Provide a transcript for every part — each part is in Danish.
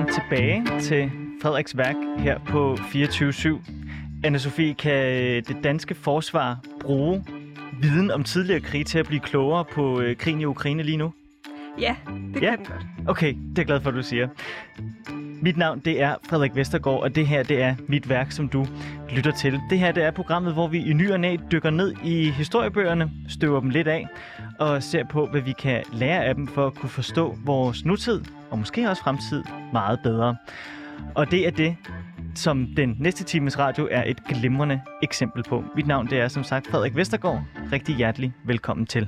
Velkommen tilbage til Frederiks Værk her på 24/7. Anne-Sophie, kan det danske forsvar bruge viden om tidligere krig til at blive klogere på krigen i Ukraine lige nu? Ja, det kan den godt. Okay, det er jeg glad for, at du siger. Mit navn, det er Frederik Vestergaard, og det her, det er Mit Værk, som du lytter til. Det her, det er programmet, hvor vi i ny og næ dykker ned i historiebøgerne, støver dem lidt af, og ser på, hvad vi kan lære af dem for at kunne forstå vores nutid, og måske også fremtid, meget bedre. Og det er det, som den næste times radio er et glimrende eksempel på. Mit navn, det er som sagt Frederik Vestergaard. Rigtig hjertelig velkommen til.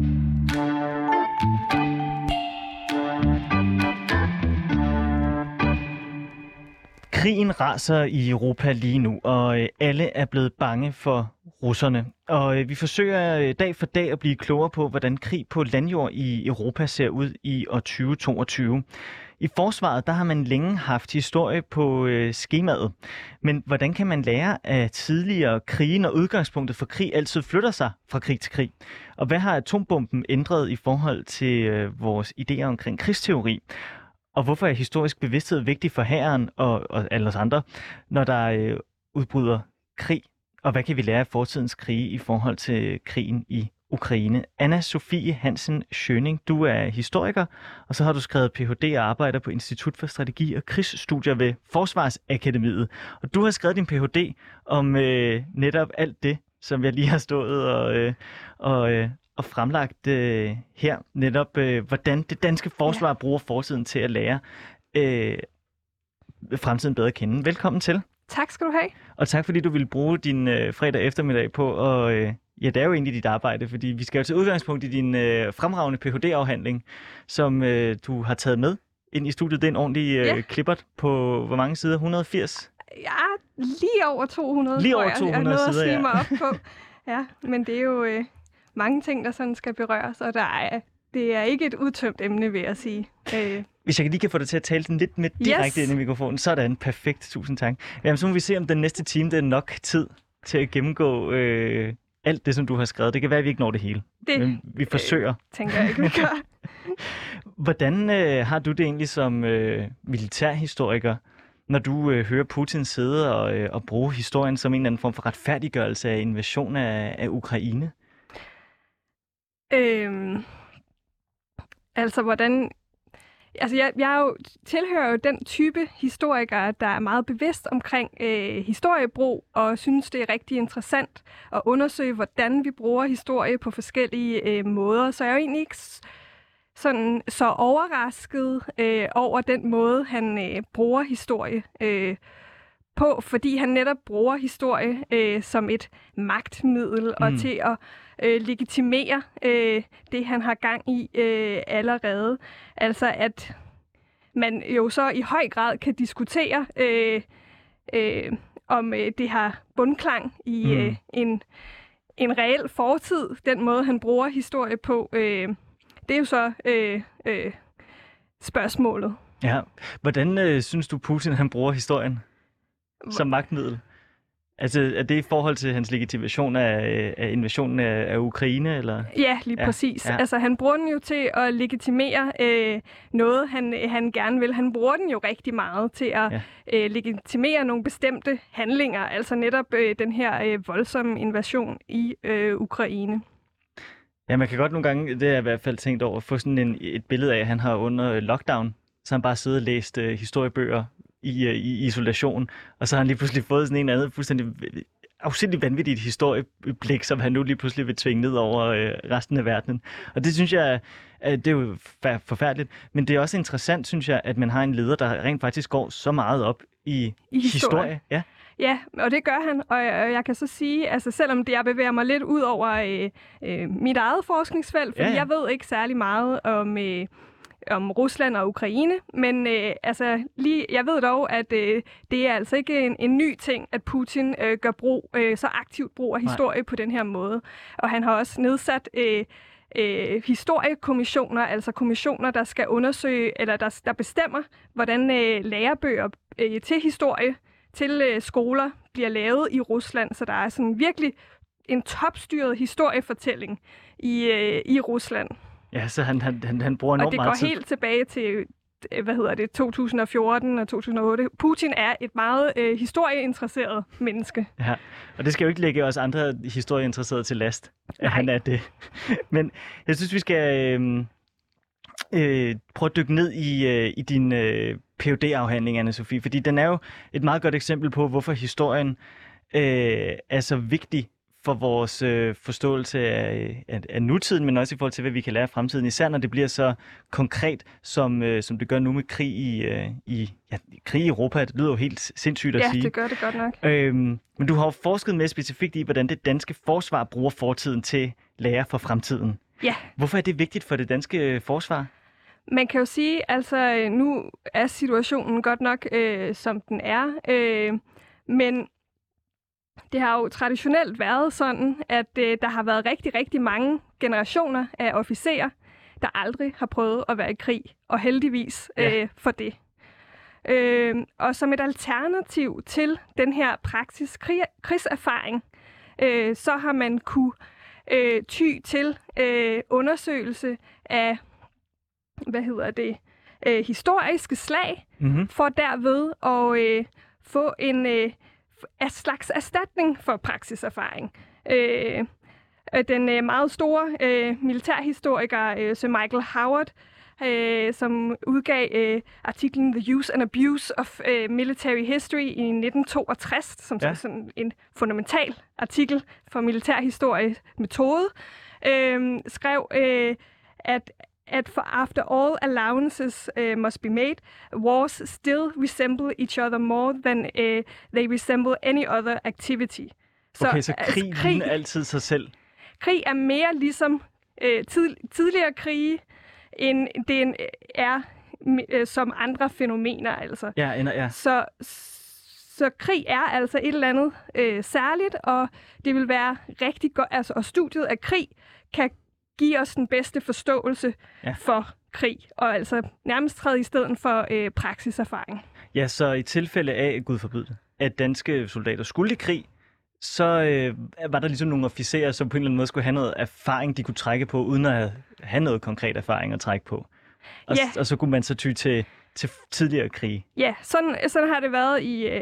Krigen raser i Europa lige nu, og alle er blevet bange for russerne. Og vi forsøger dag for dag at blive klogere på, hvordan krig på landjord i Europa ser ud i år 2022. I forsvaret, der har man længe haft historie på skemaet. Men hvordan kan man lære af tidligere krige, når udgangspunktet for krig altid flytter sig fra krig til krig? Og hvad har atombomben ændret i forhold til vores idéer omkring krigsteori? Og hvorfor er historisk bevidsthed vigtig for hæren og alle os andre, når der udbryder krig? Og hvad kan vi lære af fortidens krige i forhold til krigen i Ukraine? Anna-Sophie Hansen Schøning, du er historiker, og så har du skrevet Ph.D. og arbejder på Institut for Strategi og Krigsstudier ved Forsvarsakademiet. Og du har skrevet din Ph.D. om netop alt det, som jeg lige har stået og fremlagt her. Netop hvordan det danske forsvar bruger fortiden til at lære fremtiden bedre at kende. Velkommen til. Tak skal du have. Og tak fordi du ville bruge din fredag eftermiddag på, og ja, det er jo egentlig dit arbejde, fordi vi skal jo til udgangspunkt i din fremragende Ph.D.-afhandling, som du har taget med ind i studiet. Det er en ordentlig klippert på hvor mange sider? 180? Ja, lige over 200. Lige over 200 sider, sider, ja. Jeg mig op på. Ja, men det er jo mange ting, der sådan skal berøres, og det er ikke et udtømt emne, vil jeg sige. Hvis jeg lige kan få dig til at tale den lidt mere direkte ind i mikrofonen, så er det perfekt. Tusind tak. Jamen, så må vi se, om den næste time, det er nok tid til at gennemgå alt det, som du har skrevet. Det kan være, at vi ikke når det hele, men vi forsøger. Tænker jeg ikke, vi gør. Hvordan har du det egentlig som militærhistoriker, når du hører Putin sidde og bruge historien som en eller anden form for retfærdiggørelse af invasion af Ukraine? Altså, hvordan... Altså, jeg tilhører jo den type historikere, der er meget bevidst omkring historiebrug, og synes, det er rigtig interessant at undersøge, hvordan vi bruger historie på forskellige måder. Så jeg er jo egentlig ikke så overrasket over den måde, han bruger historie på, fordi han netop bruger historie som et magtmiddel og til at legitimere det, han har gang i allerede. Altså at man jo så i høj grad kan diskutere, om det har bundklang i en reel fortid, den måde, han bruger historie på. Det er jo så spørgsmålet. Ja. Hvordan synes du, Putin han bruger historien som magtmiddel? Altså, er det i forhold til hans legitimation af invasionen af Ukraine, eller? Ja, lige præcis. Ja. Altså, han bruger den jo til at legitimere noget, han gerne vil. Han bruger den jo rigtig meget til at legitimere nogle bestemte handlinger, altså netop den her voldsomme invasion i Ukraine. Ja, man kan godt nogle gange, det har jeg i hvert fald tænkt over, få sådan et billede af, at han har under lockdown, så han bare siddet og læst historiebøger i isolation, og så har han lige pludselig fået sådan en anden fuldstændig afsindig vanvittigt historieblik, som han nu lige pludselig vil tvinge ned over resten af verdenen. Og det synes jeg, det er jo forfærdeligt, men det er også interessant, synes jeg, at man har en leder, der rent faktisk går så meget op i historie. Ja. Ja, og det gør han, og jeg kan så sige, altså selvom jeg bevæger mig lidt ud over mit eget forskningsfelt, fordi jeg ved ikke særlig meget om Rusland og Ukraine, men jeg ved dog, at det er altså ikke en ny ting, at Putin gør så aktivt brug af historie på den her måde. Og han har også nedsat historiekommissioner, altså kommissioner, der skal undersøge, eller der bestemmer, hvordan lærebøger til historie til skoler bliver lavet i Rusland. Så der er sådan virkelig en topstyret historiefortælling i Rusland. Ja, så han bruger enormt meget tid. Og det går helt tilbage til 2014 og 2008. Putin er et meget historieinteresseret menneske. Ja, og det skal jo ikke lægge os andre historieinteresserede til last, at Nej. han er det. Men jeg synes, vi skal prøve at dykke ned i din PhD-afhandling, Anne-Sophie, fordi den er jo et meget godt eksempel på, hvorfor historien er så vigtig for vores forståelse af nutiden, men også i forhold til, hvad vi kan lære af fremtiden, især når det bliver så konkret, som det gør nu med krig i Europa. Det lyder jo helt sindssygt at sige. Ja, det gør det godt nok. Men du har jo forsket mere specifikt i, hvordan det danske forsvar bruger fortiden til lære for fremtiden. Ja. Hvorfor er det vigtigt for det danske forsvar? Man kan jo sige, altså nu er situationen godt nok, som den er, men det har jo traditionelt været sådan, at der har været rigtig, rigtig mange generationer af officerer, der aldrig har prøvet at være i krig, og heldigvis for det. Og som et alternativ til den her krigserfaring, så har man kunne ty til undersøgelse af historiske slag, for derved at få en slags erstatning for praksiserfaring. Den meget store militærhistoriker Sir Michael Howard, som udgav artiklen The Use and Abuse of Military History i 1962, som er sådan en fundamental artikel for militærhistorie metode, skrev, at for after all allowances must be made, wars still resemble each other more than they resemble any other activity. Okay, så krig ligner altid sig selv? Krig er mere ligesom tidligere krige, end det er som andre fænomener, altså. Ja. Så krig er altså et eller andet særligt, og det vil være rigtig godt, altså, og studiet af krig kan give os den bedste forståelse for krig, og altså nærmest træde i stedet for praksiserfaring. Ja, så i tilfælde af, Gud forbyde det, at danske soldater skulle i krig, så var der ligesom nogle officerer, som på en eller anden måde skulle have noget erfaring, de kunne trække på, uden at have noget konkret erfaring at trække på. Og så kunne man så ty til tidligere krige. Ja, sådan har det været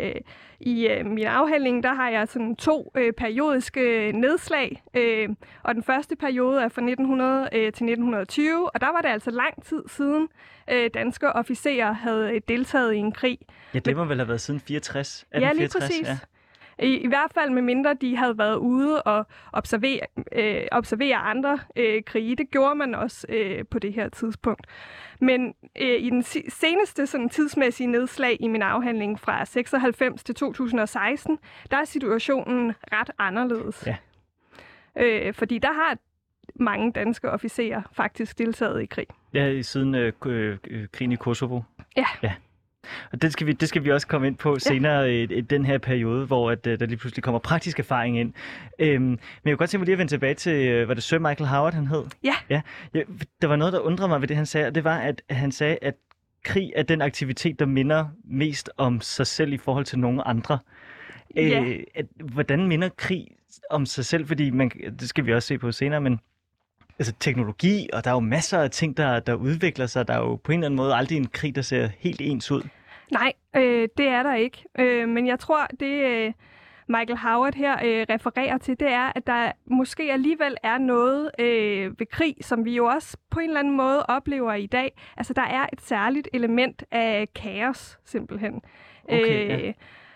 i min afhandling. Der har jeg sådan 2 periodiske nedslag, og den første periode er fra 1900 til 1920, og der var det altså lang tid siden danske officerer havde deltaget i en krig. Ja, det må vel have været siden 64? Ja, lige præcis. Ja. I hvert fald med mindre de havde været ude og observere andre krige. Det gjorde man også på det her tidspunkt. Men i den seneste sådan, tidsmæssige nedslag i min afhandling fra 96 til 2016, der er situationen ret anderledes. Ja. Fordi der har mange danske officerer faktisk deltaget i krig. Ja, siden krigen i Kosovo. Ja. Og det skal vi også komme ind på senere i den her periode, hvor der lige pludselig kommer praktisk erfaring ind. Men jeg kunne godt tænke mig lige at vende tilbage til, var det Sir Michael Howard, han hed? Ja. Der var noget, der undrede mig ved det, han sagde, og det var, at han sagde, at krig er den aktivitet, der minder mest om sig selv i forhold til nogen andre. Hvordan minder krig om sig selv? Fordi det skal vi også se på senere, men altså teknologi, og der er jo masser af ting, der udvikler sig. Der er jo på en eller anden måde aldrig en krig, der ser helt ens ud. Nej, det er der ikke. Men jeg tror, det Michael Howard her refererer til, det er, at der måske alligevel er noget ved krig, som vi jo også på en eller anden måde oplever i dag. Altså, der er et særligt element af kaos, simpelthen. Okay,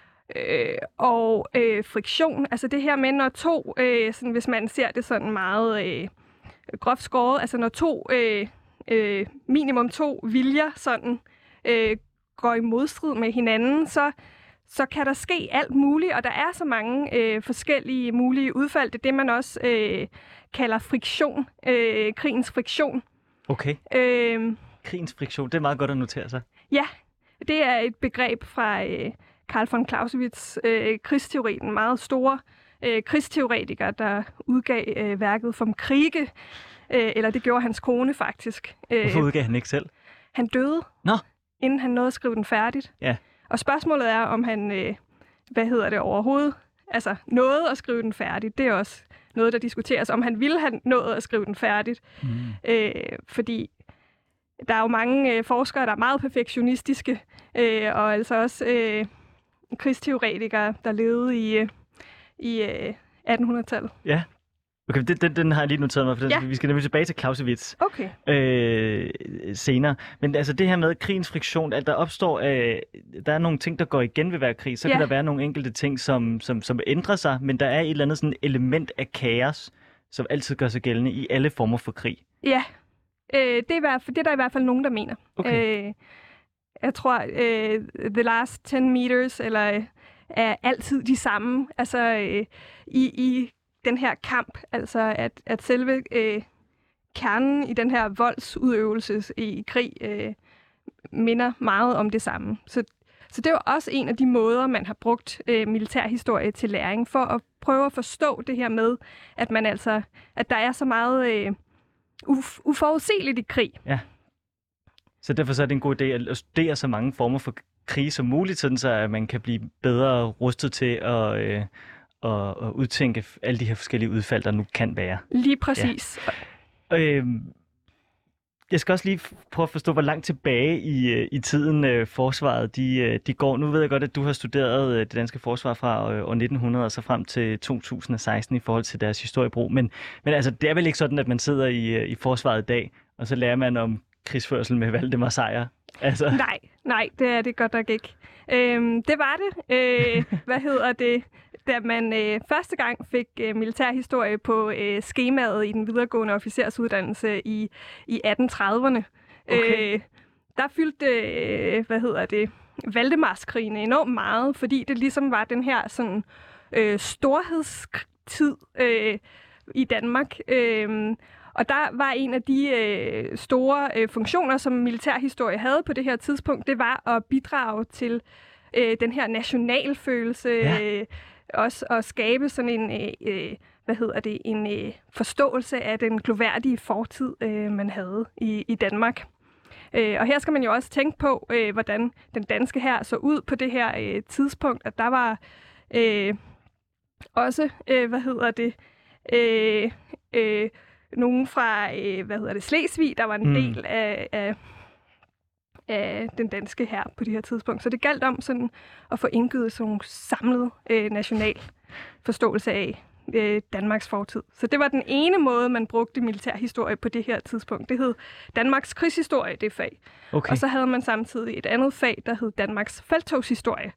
og friktion. Altså det her med, når to, sådan, hvis man ser det sådan meget groft skåret, altså når minimum to viljer sådan går i modstrid med hinanden, så kan der ske alt muligt, og der er så mange forskellige mulige udfald. Det er det, man også kalder friktion, krigens friktion. Okay. Krigens friktion, det er meget godt at notere sig. Ja, det er et begreb fra Karl von Clausewitz, krigsteori, en meget store krigsteoretiker, der udgav værket Vom Kriege, eller det gjorde hans kone faktisk. Hvorfor udgav han ikke selv? Han døde, inden han nåede at skrive den færdigt. Ja. Og spørgsmålet er, om han, overhovedet, altså nåede at skrive den færdigt. Det er også noget, der diskuteres, om han ville have nået at skrive den færdigt. Fordi der er jo mange forskere, der er meget perfektionistiske, og altså også krigsteoretikere, der levede i 1800-tallet. Ja. Okay, den har jeg lige noteret mig, for vi skal nemlig tilbage til Clausewitz senere. Men altså det her med krigens friktion, at der opstår, der er nogle ting, der går igen ved hver krig, så kan der være nogle enkelte ting, som ændrer sig, men der er et eller andet sådan element af kaos, som altid gør sig gældende i alle former for krig. Ja, det er der i hvert fald nogen, der mener. Okay. Jeg tror, the last 10 meters, er altid de samme, altså i den her kamp, altså at selve kernen i den her voldsudøvelse i krig minder meget om det samme. Så det er jo også en af de måder, man har brugt militærhistorie til læring, for at prøve at forstå det her med, at man altså, at der er så meget uforudsigeligt i krig. Ja. Så derfor så er det en god idé at studere så mange former for krig som muligt, sådan så at man kan blive bedre rustet til at udtænke alle de her forskellige udfald, der nu kan være. Lige præcis. Ja. Jeg skal også lige prøve at forstå, hvor langt tilbage i tiden forsvaret de går. Nu ved jeg godt, at du har studeret det danske forsvar fra år 1900 og så frem til 2016 i forhold til deres historiebrug. Men altså, det er vel ikke sådan, at man sidder i forsvaret i dag, og så lærer man om krigsførsel med Valdemar Sejr? Altså. Nej, det er det godt nok ikke. Det var det. Da man første gang fik militærhistorie på skemaet i den videregående officersuddannelse i 1830'erne. Okay. Der fyldte, Valdemarskrigene enormt meget, fordi det ligesom var den her sådan storhedstid i Danmark. Og der var en af de store funktioner, som militærhistorie havde på det her tidspunkt, det var at bidrage til den her nationalfølelse, også at skabe sådan en forståelse af den gloværdige fortid, man havde i Danmark. Og her skal man jo også tænke på, hvordan den danske hær så ud på det her tidspunkt, at der var også, nogen fra, Slesvig, der var en del af den danske hær på det her tidspunkt. Så det galt om sådan at få indgivet sådan en samlet national forståelse af Danmarks fortid. Så det var den ene måde, man brugte militærhistorie på det her tidspunkt. Det hed Danmarks krigshistorie, det fag. Okay. Og så havde man samtidig et andet fag, der hed Danmarks felttogshistorie,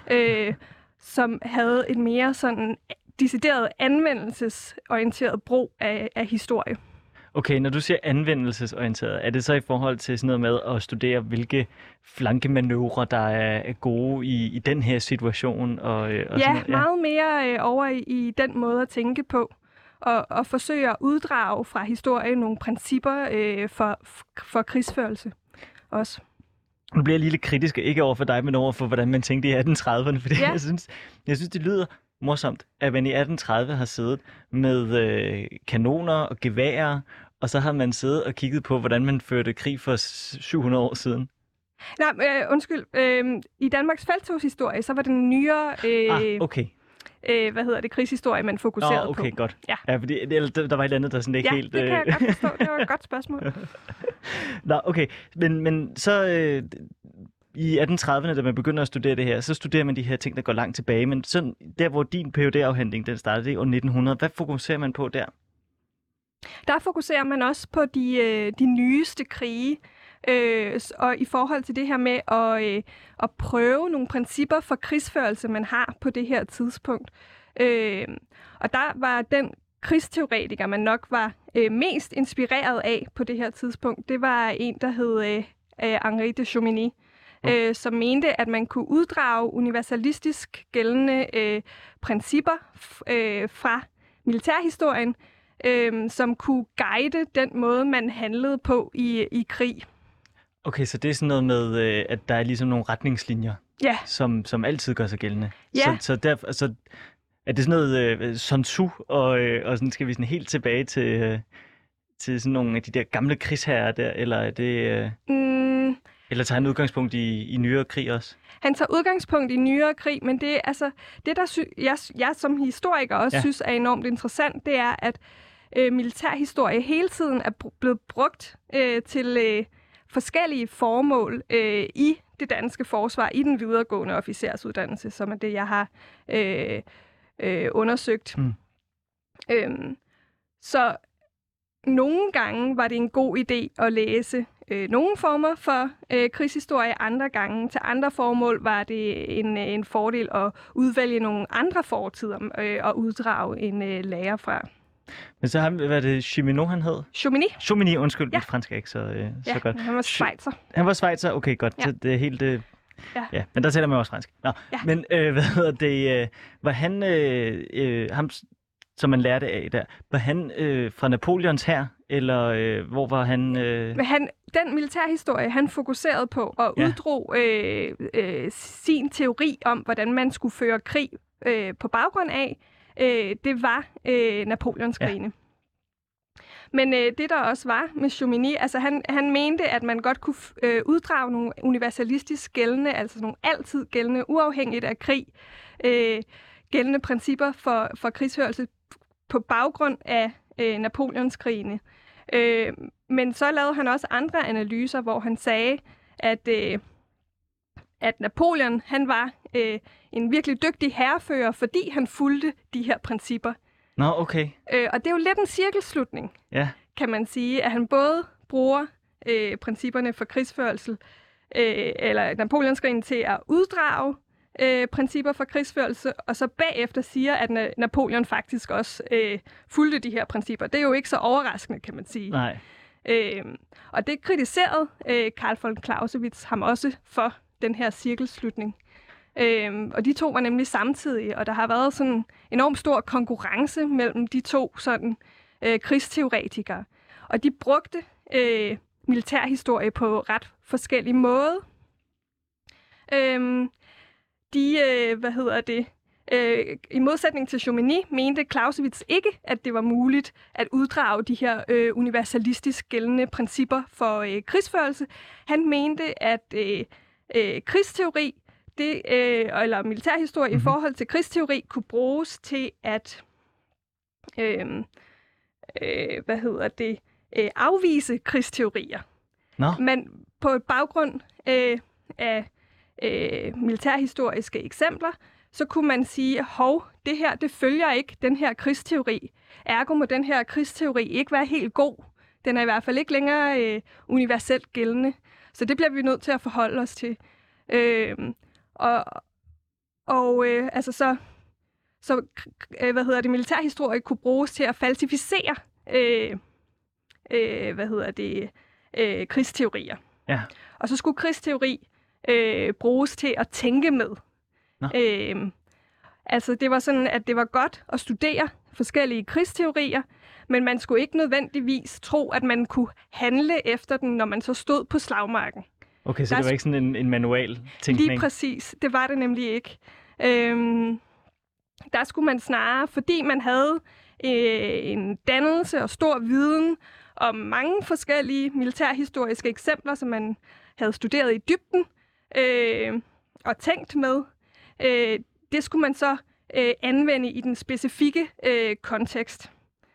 som havde et mere sådan decideret anvendelsesorienteret brug af historie. Okay, når du siger anvendelsesorienteret, er det så i forhold til sådan noget med at studere, hvilke flankemanøvrer, der er gode i den her situation? Og meget mere over i den måde at tænke på, og forsøge at uddrage fra historien nogle principper for krigsførelse også. Nu bliver jeg lige lidt kritisk, ikke over for dig, men over for, hvordan man tænkte i 1830'erne, fordi jeg synes, det lyder morsomt, at man i 1830 har siddet med kanoner og geværer, og så har man siddet og kigget på, hvordan man førte krig for 700 år siden. Nej, undskyld. I Danmarks felttogshistorie, så var det en nyere okay. Krigshistorie, man fokuserede på. Okay, godt. Ja, fordi der var et andet, der sådan ikke helt... Ja, det kan jeg godt forstå. Det var et godt spørgsmål. Nå, okay. Men så... I 1830'erne, da man begynder at studere det her, så studerer man de her ting, der går langt tilbage. Men sådan, der, hvor din PhD-afhandling den startede i år 1900, hvad fokuserer man på der? Der fokuserer man også på de nyeste krige, og i forhold til det her med at prøve nogle principper for krigsførelse, man har på det her tidspunkt. Og der var den krigsteoretiker, man nok var mest inspireret af på det her tidspunkt, det var en, der hed Henri de Jomini, som mente, at man kunne uddrage universalistisk gældende principper fra militærhistorien, som kunne guide den måde, man handlede på i krig. Okay, så det er sådan noget med, at der er ligesom nogle retningslinjer, som altid gør sig gældende. Ja. Så derfor, så er det sådan noget Sun Tzu, og sådan skal vi sådan helt tilbage til sådan nogle af de der gamle krigsherrer der, eller er det... Eller tager han udgangspunkt i nyere krig også? Han tager udgangspunkt i nyere krig, men det er altså det, der jeg som historiker også synes er enormt interessant, det er, at militærhistorie hele tiden er blevet brugt til forskellige formål i det danske forsvar, i den videregående officersuddannelse, som er det, jeg har undersøgt. Så nogle gange var det en god idé at læse nogle former for krigshistorie, andre gange til andre formål var det en fordel at udvælge nogle andre fortider og uddrage en lære fra. Men så var det Chimino, han hed? Chaumigny, undskyld, mit fransk er ikke så godt. Han var schweizer. Han var schweizer, okay, godt. Ja. Så det er helt... Ja, men der taler man også fransk. Nå, ja. Men hvad hedder det? Var han, ham, som man lærte af der, var han fra Napoleons hær, eller hvor var han? Den militærhistorie, han fokuserede på og uddrog sin teori om, hvordan man skulle føre krig på baggrund af, det var Napoleonskrigene. Ja. Men det, der også var med Chaumigny, altså han mente, at man godt kunne uddrage nogle universalistisk gældende, altså nogle altid gældende, uafhængigt af krig, gældende principper for krigsførelse på baggrund af Napoleonskrigene. Men så lavede han også andre analyser, hvor han sagde, at Napoleon han var en virkelig dygtig hærfører, fordi han fulgte de her principper. Nå, okay. Og det er jo lidt en cirkelslutning, kan man sige, at han både bruger principperne for krigsførelse, eller Napoleonskrigen til at uddrage principper for krigsførelse, og så bagefter siger, at Napoleon faktisk også fulgte de her principper. Det er jo ikke så overraskende, kan man sige. Nej. Og det kritiserede Karl von Clausewitz ham også for den her cirkelslutning. Og de to var nemlig samtidige, og der har været sådan en enormt stor konkurrence mellem de to sådan krigsteoretikere. Og de brugte militærhistorie på ret forskellige måder. I modsætning til Chaumigny mente Clausewitz ikke, at det var muligt at uddrage de her universalistisk gældende principper for krigsførelse. Han mente, at krigsteori eller militærhistorie i forhold til krigsteori kunne bruges til at afvise krigsteorier. Men på baggrund af militærhistoriske eksempler, så kunne man sige, det her, det følger ikke den her krigsteori. Ergo må den her krigsteori ikke være helt god. Den er i hvert fald ikke længere universelt gældende. Så det bliver vi nødt til at forholde os til. Militærhistorie kunne bruges til at falsificere krigsteorier. Ja. Og så skulle krigsteori bruges til at tænke med. Det var sådan, at det var godt at studere forskellige krigsteorier, men man skulle ikke nødvendigvis tro, at man kunne handle efter den, når man så stod på slagmarken. Okay, så det var ikke sådan en manual tænkning? Lige præcis. Det var det nemlig ikke. Der skulle man snarere, fordi man havde en dannelse og stor viden om mange forskellige militærhistoriske eksempler, som man havde studeret i dybden og tænkt med, det skulle man så anvende i den specifikke kontekst.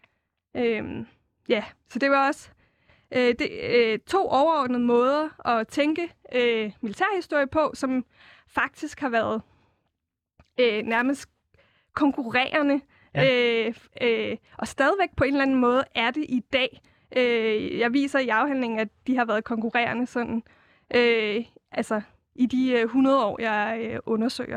Så det var også to overordnede måder at tænke militærhistorie på, som faktisk har været nærmest konkurrerende, og stadigvæk på en eller anden måde er det i dag. Jeg viser i afhandlingen, at de har været konkurrerende sådan, i de 100 år, jeg undersøger.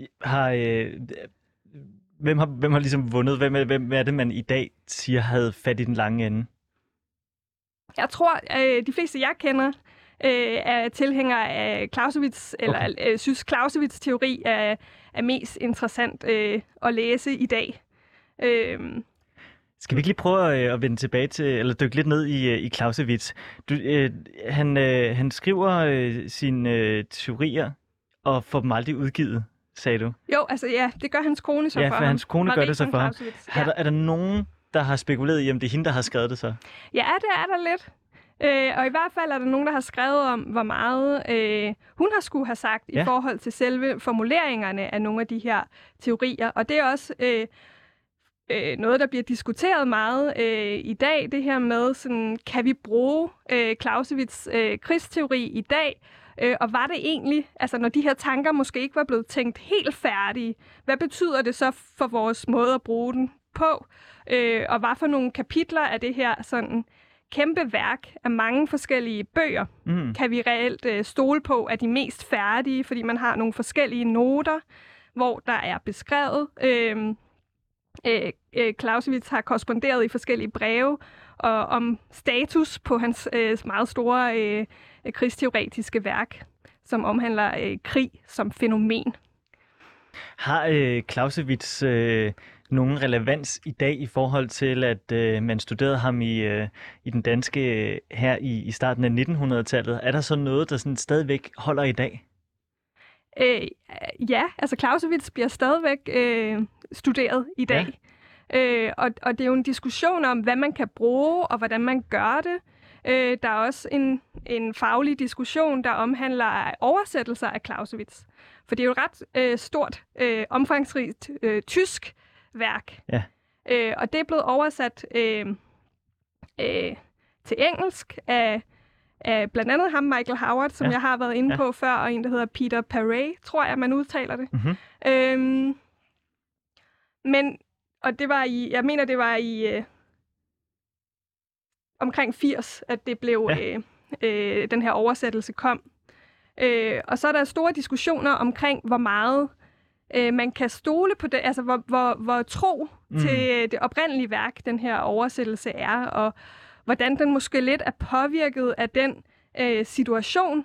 Hvem har ligesom vundet? Hvem er det, man i dag siger havde fat i den lange ende? Jeg tror, de fleste, jeg kender, er tilhængere af Clausewitz, eller synes Clausewitz' teori er mest interessant at læse i dag. Skal vi ikke lige prøve at vende tilbage til, eller dykke lidt ned i Clausewitz? Han skriver sine teorier og får dem aldrig udgivet, sagde du? Jo, det gør hans kone så for ham. Ja, for hans kone gør det så for ham. Er der nogen, der har spekuleret i, om det er hende, der har skrevet det så? Ja, det er der lidt. Og i hvert fald er der nogen, der har skrevet om, hvor meget hun har skulle have sagt i forhold til selve formuleringerne af nogle af de her teorier. Og det er også noget, der bliver diskuteret meget i dag, det her med, sådan, kan vi bruge Clausewitz' krigsteori i dag? Og var det egentlig, altså når de her tanker måske ikke var blevet tænkt helt færdige, hvad betyder det så for vores måde at bruge den på? Og hvad for nogle kapitler af det her sådan kæmpe værk af mange forskellige bøger, kan vi reelt stole på, er de mest færdige, fordi man har nogle forskellige noter, hvor der er beskrevet. Clausewitz har korresponderet i forskellige breve og om status på hans meget store krigsteoretiske værk, som omhandler krig som fænomen. Har Clausewitz nogen relevans i dag i forhold til, at man studerede ham i den danske her i starten af 1900-tallet? Er der så noget, der sådan stadigvæk holder i dag? Ja, altså Clausewitz bliver stadigvæk studeret i dag. Ja. Og det er jo en diskussion om, hvad man kan bruge, og hvordan man gør det. Der er også en faglig diskussion, der omhandler oversættelser af Clausewitz. For det er jo et ret stort, omfangsrigt tysk værk. Ja. Og det er blevet oversat til engelsk af blandt andet ham, Michael Howard, som jeg har været inde på før, og en, der hedder Peter Paret, tror jeg, man udtaler det. Mm-hmm. Og det var jeg mener, det var i omkring 80, at det blev, den her oversættelse kom. Og så er der store diskussioner omkring, hvor meget man kan stole på det, altså hvor tro til det oprindelige værk, den her oversættelse er, og hvordan den måske lidt er påvirket af den situation,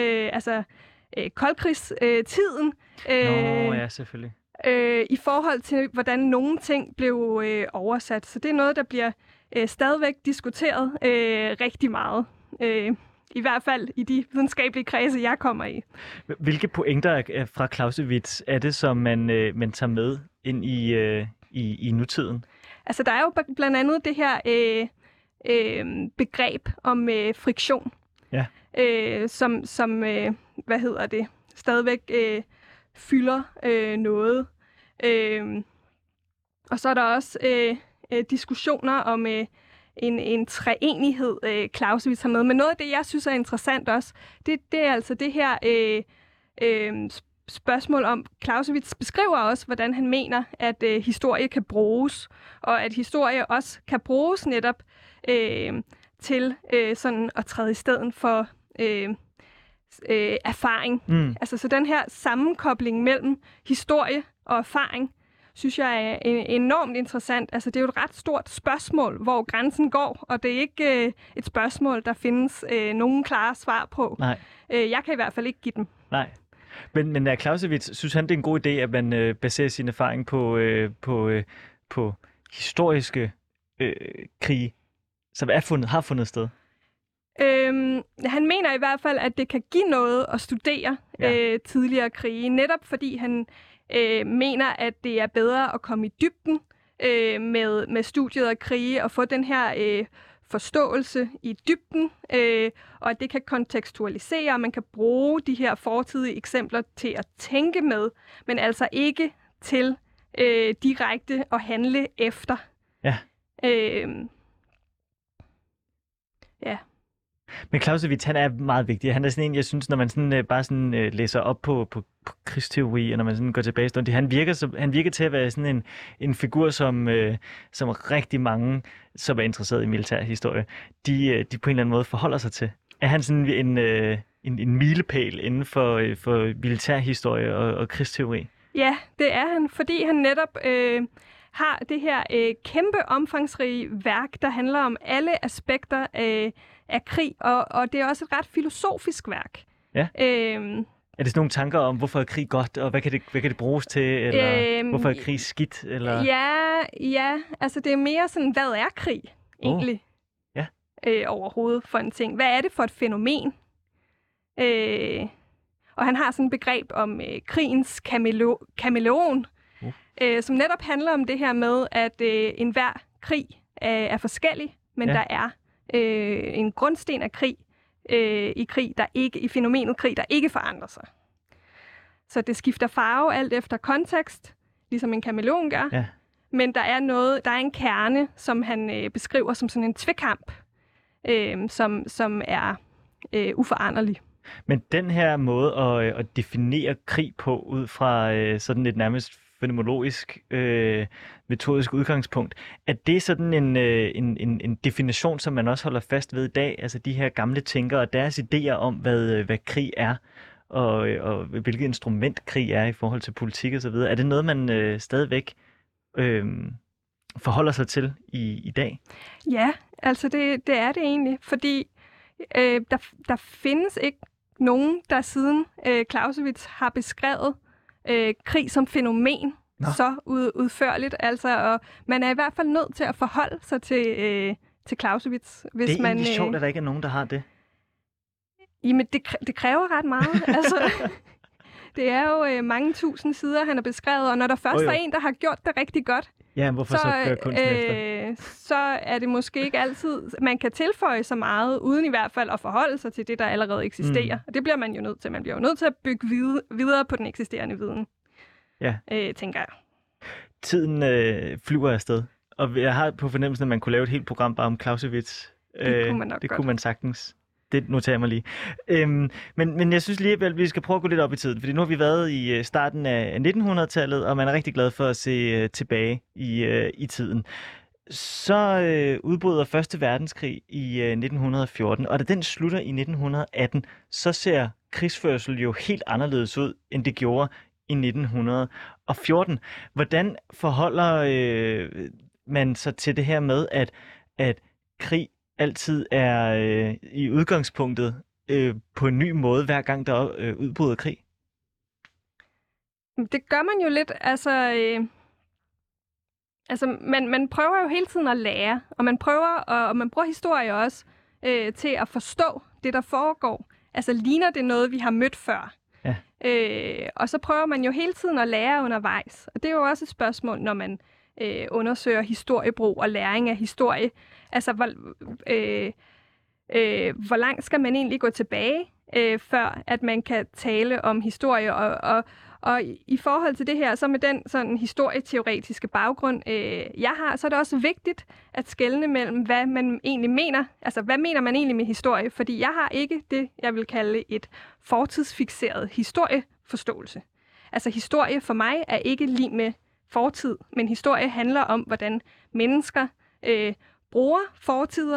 koldkrigstiden. Ja, selvfølgelig. I forhold til, hvordan nogle ting blev oversat. Så det er noget, der bliver stadigvæk diskuteret rigtig meget. I hvert fald i de videnskabelige kredse, jeg kommer i. Hvilke pointer fra Clausewitz er det, som man tager med ind i nutiden? Altså, der er jo blandt andet det her begreb om friktion, som stadigvæk fylder noget. Og så er der også diskussioner om en treenighed, Clausewitz har med. Men noget af det, jeg synes er interessant også, det er altså det her spørgsmål om, Clausewitz beskriver også, hvordan han mener, at historie kan bruges, og at historie også kan bruges netop til sådan at træde i stedet for erfaring. Altså så den her sammenkobling mellem historie og erfaring, synes jeg er enormt interessant. Altså det er jo et ret stort spørgsmål, hvor grænsen går, og det er ikke et spørgsmål, der findes nogen klare svar på. Nej. Jeg kan i hvert fald ikke give dem. Nej. Men er Clausewitz, synes han, det er en god idé, at man baserer sin erfaring på historiske krige, som har fundet sted? Han mener i hvert fald, at det kan give noget at studere tidligere krige, netop fordi han mener, at det er bedre at komme i dybden med studiet af krige og få den her forståelse i dybden, og at det kan kontekstualisere, og man kan bruge de her fortidige eksempler til at tænke med, men altså ikke til direkte at handle efter. Ja. Ja. Men Clausewitz, han er meget vigtig. Han er sådan en, jeg synes, når man sådan, bare sådan, læser op på krigsteori, og når man sådan går tilbage i stunden, han virker til at være sådan en figur, som rigtig mange, som er interesseret i militærhistorie, de på en eller anden måde forholder sig til. Er han sådan en milepæl inden for militærhistorie og krigsteori? Ja, det er han, fordi han netop har det her kæmpe omfangsrige værk, der handler om alle aspekter af krig, og det er også et ret filosofisk værk. Ja. Er det sådan nogle tanker om, hvorfor er krig godt, og hvad kan det bruges til, eller hvorfor er krig skidt? Eller? Ja, altså det er mere sådan, hvad er krig egentlig overhovedet for en ting? Hvad er det for et fænomen? Og han har sådan et begreb om krigens kameleon, som netop handler om det her med, at enhver krig er forskellig, men der er en grundsten af krig i fænomenet krig, der ikke forandrer sig. Så det skifter farve alt efter kontekst, ligesom en kameleon gør. Ja. Men der er en kerne, som han beskriver som sådan en tvekamp, som er uforanderlig. Men den her måde at definere krig på ud fra sådan et nærmest fenomenologisk, metodisk udgangspunkt, er det sådan en definition, som man også holder fast ved i dag? Altså de her gamle tænkere og deres idéer om, hvad krig er, og hvilket instrument krig er i forhold til politik osv. Er det noget, man stadigvæk forholder sig til i dag? Ja, altså det er det egentlig, fordi der findes ikke nogen, der siden Clausewitz har beskrevet krig som fænomen så udførligt. Altså, og man er i hvert fald nødt til at forholde sig til Clausewitz. Hvis det er man, egentlig sjovt, at der ikke er nogen, der har det. Jamen, det kræver ret meget. Altså, det er jo mange tusind sider, han har beskrevet, og når der først er en, der har gjort det rigtig godt, ja, hvorfor så gøre kunsten efter? Så er det måske ikke altid, man kan tilføje så meget, uden i hvert fald at forholde sig til det, der allerede eksisterer. Og det bliver man jo nødt til. Man bliver jo nødt til at bygge videre på den eksisterende viden, tænker jeg. Tiden flyver afsted, og jeg har på fornemmelsen, at man kunne lave et helt program bare om Clausewitz. Det kunne man nok det godt. Kunne man sagtens. Det noterer mig lige. Men jeg synes lige, at vi skal prøve at gå lidt op i tiden, fordi nu har vi været i starten af 1900-tallet, og man er rigtig glad for at se tilbage i tiden. Så udbryder Første Verdenskrig i 1914, og da den slutter i 1918, så ser krigsførsel jo helt anderledes ud, end det gjorde i 1914. Hvordan forholder man sig til det her med, at krig altid er i udgangspunktet på en ny måde, hver gang der udbryder krig? Det gør man jo lidt, man prøver jo hele tiden at lære, og man bruger historie også til at forstå det, der foregår. Altså, ligner det noget, vi har mødt før? Ja. Og så prøver man jo hele tiden at lære undervejs. Og det er jo også et spørgsmål, når man undersøger historiebrug og læring af historie. Altså, hvor langt skal man egentlig gå tilbage, før at man kan tale om historie? Og i forhold til det her, så med den sådan historieteoretiske baggrund, jeg har, så er det også vigtigt at skelne mellem, hvad man egentlig mener. Altså, hvad mener man egentlig med historie? Fordi jeg har ikke det, jeg vil kalde et fortidsfikseret historieforståelse. Altså, historie for mig er ikke lig med fortid, men historie handler om, hvordan mennesker bruger fortider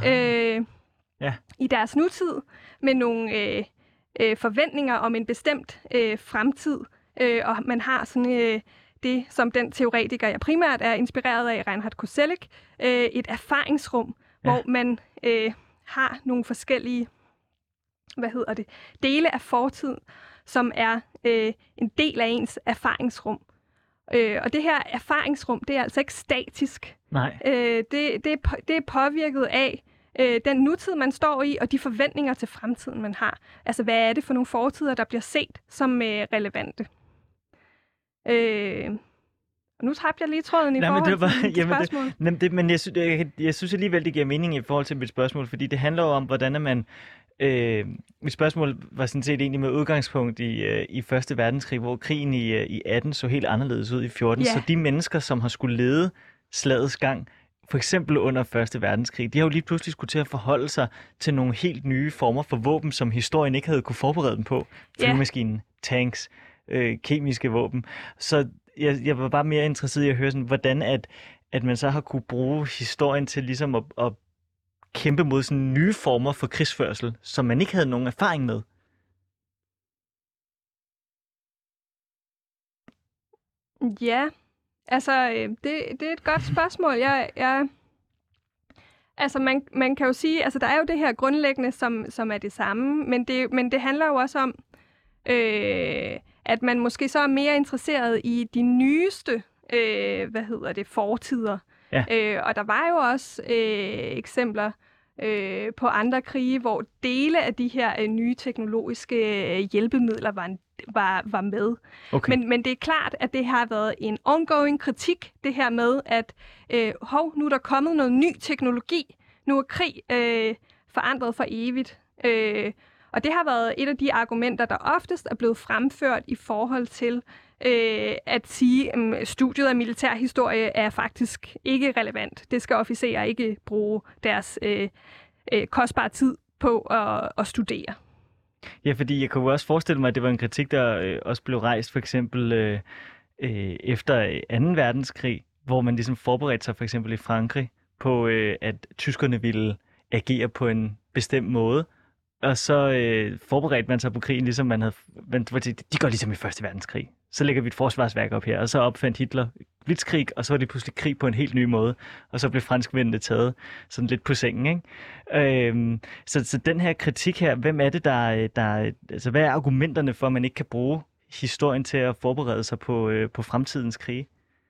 i deres nutid med nogle forventninger om en bestemt fremtid. Og man har sådan det, som den teoretiker, jeg primært er inspireret af, Reinhard Koselleck, et erfaringsrum, hvor man har nogle forskellige dele af fortiden, som er en del af ens erfaringsrum. Og det her erfaringsrum, det er altså ikke statisk. Nej. Det er påvirket af den nutid, man står i, og de forventninger til fremtiden, man har. Altså, hvad er det for nogle fortider, der bliver set som relevante? Og nu tabte jeg lige tråden i forhold til spørgsmål. Men jeg synes alligevel, det giver mening i forhold til mit spørgsmål, fordi det handler jo om, hvordan man... mit spørgsmål var sådan set egentlig med udgangspunkt i Første Verdenskrig, hvor krigen i 18 så helt anderledes ud i 14. Yeah. Så de mennesker, som har skulle lede slagets gang, for eksempel under Første Verdenskrig, de har jo lige pludselig skulle til at forholde sig til nogle helt nye former for våben, som historien ikke havde kunne forberede dem på. Flyvemaskinen, tanks, kemiske våben. Så jeg var bare mere interesseret i at høre, sådan, hvordan at man så har kunne bruge historien til ligesom at kæmpe mod sådan nye former for krigsførsel, som man ikke havde nogen erfaring med. Ja, altså det er et godt spørgsmål. Altså man kan jo sige, altså der er jo det her grundlæggende, som er det samme, men det handler jo også om, at man måske så er mere interesseret i de nyeste, fortider. Ja. Og der var jo også eksempler på andre krige, hvor dele af de her nye teknologiske hjælpemidler var med. Okay. Men det er klart, at det har været en ongoing kritik, det her med, at nu er der kommet noget ny teknologi, nu er krig forandret for evigt. Og det har været et af de argumenter, der oftest er blevet fremført i forhold til at sige, at studiet af militærhistorie er faktisk ikke relevant. Det skal officerer ikke bruge deres kostbare tid på at studere. Ja, fordi jeg kunne også forestille mig, at det var en kritik, der også blev rejst for eksempel efter 2. verdenskrig, hvor man ligesom forberedte sig for eksempel i Frankrig på, at tyskerne ville agere på en bestemt måde. Og så forberedte man sig på krigen, ligesom de går ligesom i 1. verdenskrig. Så lægger vi et forsvarsværk op her, og så opfandt Hitler blitzkrig, og så var det pludselig krig på en helt ny måde. Og så blev franskmændene taget sådan lidt på sengen, ikke? Så den her kritik her, hvem er det, altså hvad er argumenterne for, at man ikke kan bruge historien til at forberede sig på fremtidens krige?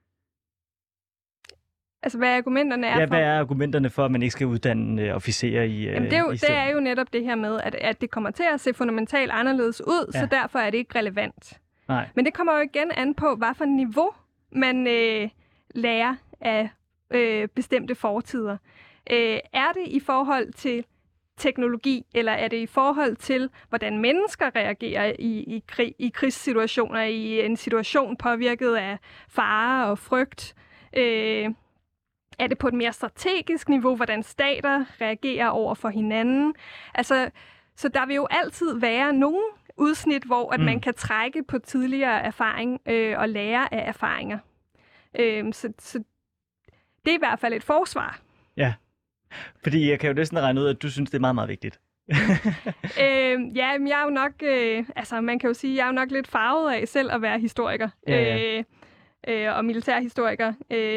Altså, hvad argumenterne er for? Hvad er argumenterne for, at man ikke skal uddanne officerer i Jamen, det er jo netop det her med, at det kommer til at se fundamentalt anderledes ud, så derfor er det ikke relevant. Nej. Men det kommer jo igen an på, hvad for niveau man lærer af bestemte fortider. Er det i forhold til teknologi, eller er det i forhold til, hvordan mennesker reagerer i krigssituationer, i en situation påvirket af fare og frygt? Er det på et mere strategisk niveau, hvordan stater reagerer over for hinanden? Altså, så der vil jo altid være nogle udsnit, hvor at man kan trække på tidligere erfaring og lære af erfaringer. Så det er i hvert fald et forsvar. Ja, fordi jeg kan jo næsten regne ud, at du synes, det er meget, meget vigtigt. Ja, men jeg er jo nok, man kan jo sige, jeg er jo nok lidt farvet af selv at være historiker og militærhistoriker.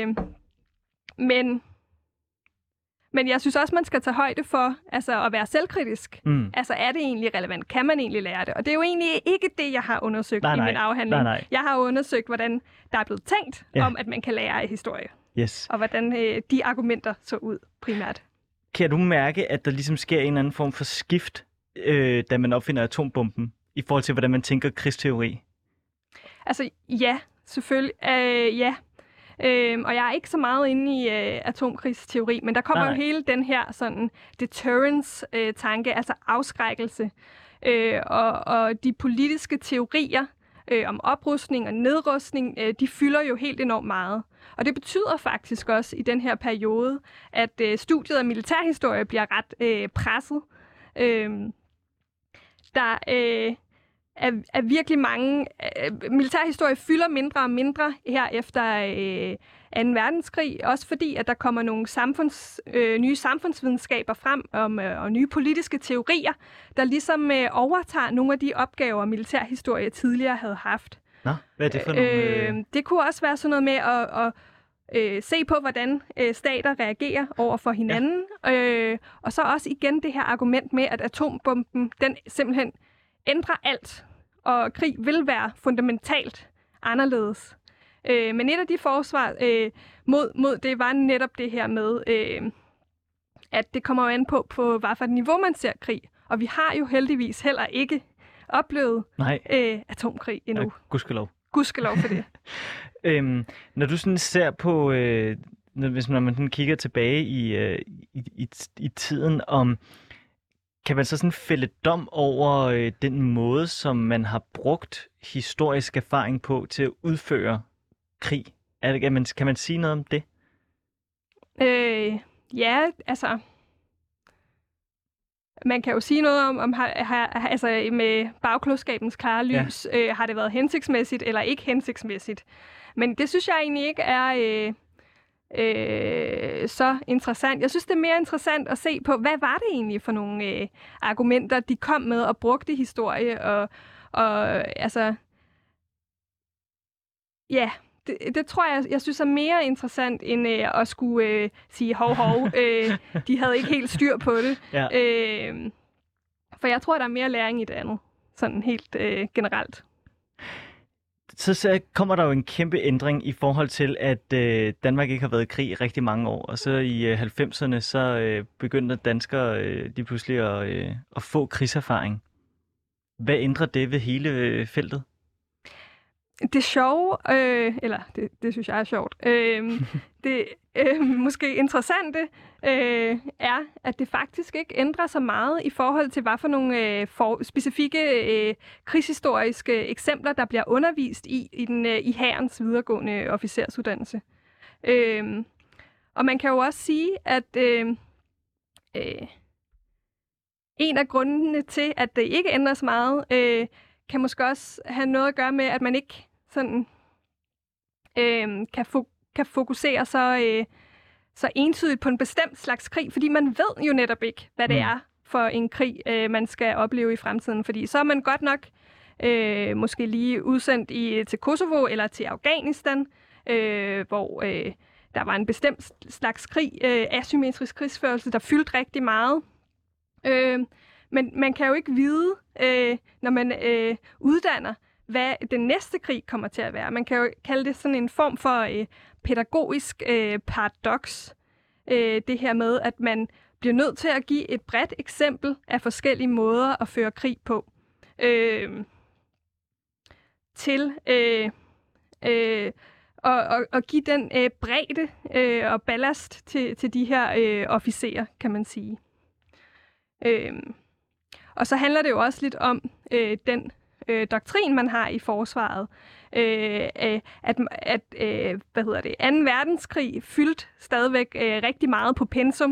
Men jeg synes også, man skal tage højde for at være selvkritisk. Altså, er det egentlig relevant? Kan man egentlig lære det? Og det er jo egentlig ikke det, jeg har undersøgt i min afhandling. Nej. Jeg har undersøgt, hvordan der er blevet tænkt om, at man kan lære af historie. Yes. Og hvordan de argumenter så ud primært. Kan du mærke, at der ligesom sker en eller anden form for skift, da man opfinder atombomben, i forhold til, hvordan man tænker krigsteori? Altså, ja, selvfølgelig. Ja. Og jeg er ikke så meget inde i atomkrigsteori, men der kommer jo hele den her sådan deterrence-tanke, altså afskrækkelse, og de politiske teorier om oprustning og nedrustning, de fylder jo helt enormt meget. Og det betyder faktisk også i den her periode, at studiet af militærhistorie bliver ret presset. Der er virkelig mange... militærhistorie fylder mindre og mindre her efter 2. verdenskrig, også fordi, at der kommer nogle nye samfundsvidenskaber frem og nye politiske teorier, der ligesom overtager nogle af de opgaver, militærhistorie tidligere havde haft. Nå, hvad er det for nogle... Det kunne også være sådan noget med at se på, hvordan stater reagerer over for hinanden. Ja. Og så også igen det her argument med, at atombomben, den simpelthen ændrer alt, og krig vil være fundamentalt anderledes. Men et af de forsvar mod det var netop det her med, at det kommer an på hvad for et niveau man ser krig. Og vi har jo heldigvis heller ikke oplevet atomkrig endnu. Ja, gudskelov. Gudskelov for det. Når du sådan ser på, når man sådan kigger tilbage i tiden, kan man så sådan fælde dom over den måde, som man har brugt historisk erfaring på til at udføre krig? Kan man sige noget om det? Ja, altså... Man kan jo sige noget om altså med bagklodskabens klare lys, har det været hensigtsmæssigt eller ikke hensigtsmæssigt. Men det synes jeg egentlig ikke er så interessant. Jeg synes, det er mere interessant at se på, hvad var det egentlig for nogle argumenter, de kom med og brugte i historie. Og altså... Ja... Det tror jeg synes er mere interessant, end at skulle sige hov, de havde ikke helt styr på det. Ja. For jeg tror, der er mere læring i det andet, sådan helt generelt. Så kommer der jo en kæmpe ændring i forhold til, at Danmark ikke har været i krig i rigtig mange år. Og så i 90'erne, så begyndte danskere lige pludselig at få krigserfaring. Hvad ændrer det ved hele feltet? Det sjove, eller det synes jeg er sjovt, det måske interessante er, at det faktisk ikke ændrer sig meget i forhold til, hvad for nogle specifikke krigshistoriske eksempler, der bliver undervist i hærens videregående officersuddannelse. Og man kan jo også sige, at en af grundene til, at det ikke ændrer sig meget, kan måske også have noget at gøre med, at man ikke sådan kan fokusere så entydigt på en bestemt slags krig, fordi man ved jo netop ikke, hvad det er for en krig, man skal opleve i fremtiden. Fordi så er man godt nok måske lige udsendt til Kosovo eller til Afghanistan, hvor der var en bestemt slags krig, asymmetrisk krigsførelse, der fyldte rigtig meget. Men man kan jo ikke vide, når man uddanner, hvad den næste krig kommer til at være. Man kan jo kalde det sådan en form for pædagogisk paradoks. Det her med, at man bliver nødt til at give et bredt eksempel af forskellige måder at føre krig på. Til og give den bredde og ballast til de her officerer, kan man sige. Og så handler det jo også lidt om den doktrin, man har i forsvaret. At 2. verdenskrig fyldte stadigvæk rigtig meget på pensum.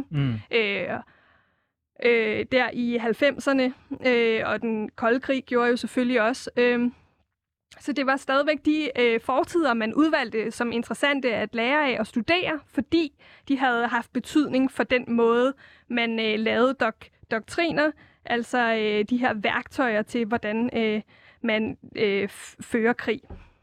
Der i 90'erne, og den kolde krig gjorde jo selvfølgelig også. Så det var stadigvæk de fortider, man udvalgte som interessante at lære af og studere, fordi de havde haft betydning for den måde, man lavede doktriner, altså de her værktøjer til, hvordan man fører krig.